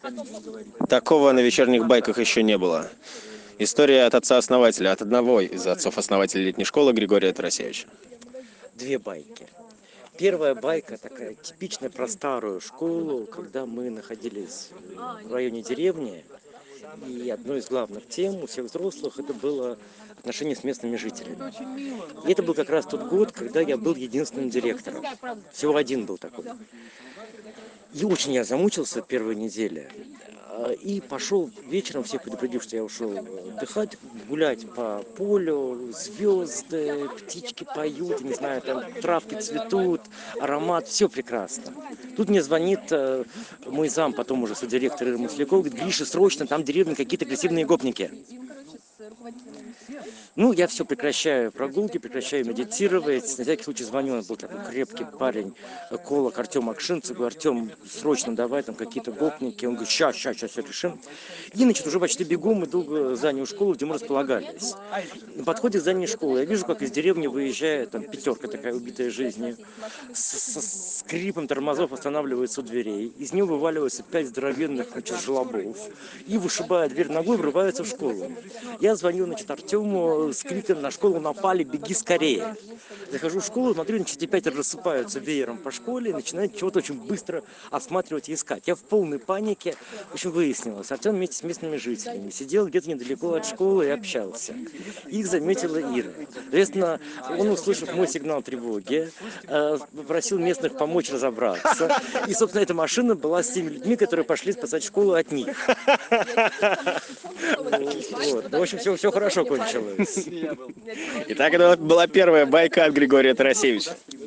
Такого на вечерних байках еще не было. История от отца-основателя, от одного из отцов-основателей летней школы Григория Тарасевича. Две байки. Первая байка такая типичная про старую школу, когда мы находились в районе деревни. И одной из главных тем у всех взрослых это было отношения с местными жителями. И это был как раз тот год, когда я был единственным директором. Всего один был такой. И очень я замучился первой неделе. И пошел вечером, всех предупредив, что я ушел отдыхать, гулять по полю, звезды, птички поют, не знаю, там травки цветут, аромат, все прекрасно. Тут мне звонит мой зам, потом уже содиректор Ира Масляков, говорит: Гриша, срочно, там в деревне какие-то агрессивные гопники. Ну, я все прекращаю прогулки, прекращаю медитировать. На всякий случай звоню, он был такой крепкий парень, эколог Артем Акшинцев. Говорю: Артем, срочно давай, там какие-то гопники. Он говорит: сейчас все решим. И, значит, уже почти бегом иду в здание школы, где мы располагались. На подходе к зданию школы я вижу, как из деревни выезжает там пятерка такая, убитая жизнью. Со скрипом тормозов останавливается у дверей. Из нее вываливаются 5 здоровенных, значит, жлобов. И, вышибая дверь ногой, врываются в школу. Я звоню, значит, Артему с криком: на школу напали, беги скорее. Захожу в школу, смотрю, значит, опять рассыпаются веером по школе и начинают чего-то очень быстро осматривать и искать. Я в полной панике. В общем, выяснилось, Артем вместе с местными жителями сидел где-то недалеко от школы и общался. Их заметила Ира. Соответственно, он, услышав мой сигнал тревоги, попросил местных помочь разобраться. И, собственно, эта машина была с теми людьми, которые пошли спасать школу от них. Вот. Ну, в общем, все хорошо кончилось. Итак, это была первая байка от Григория Тарасевича.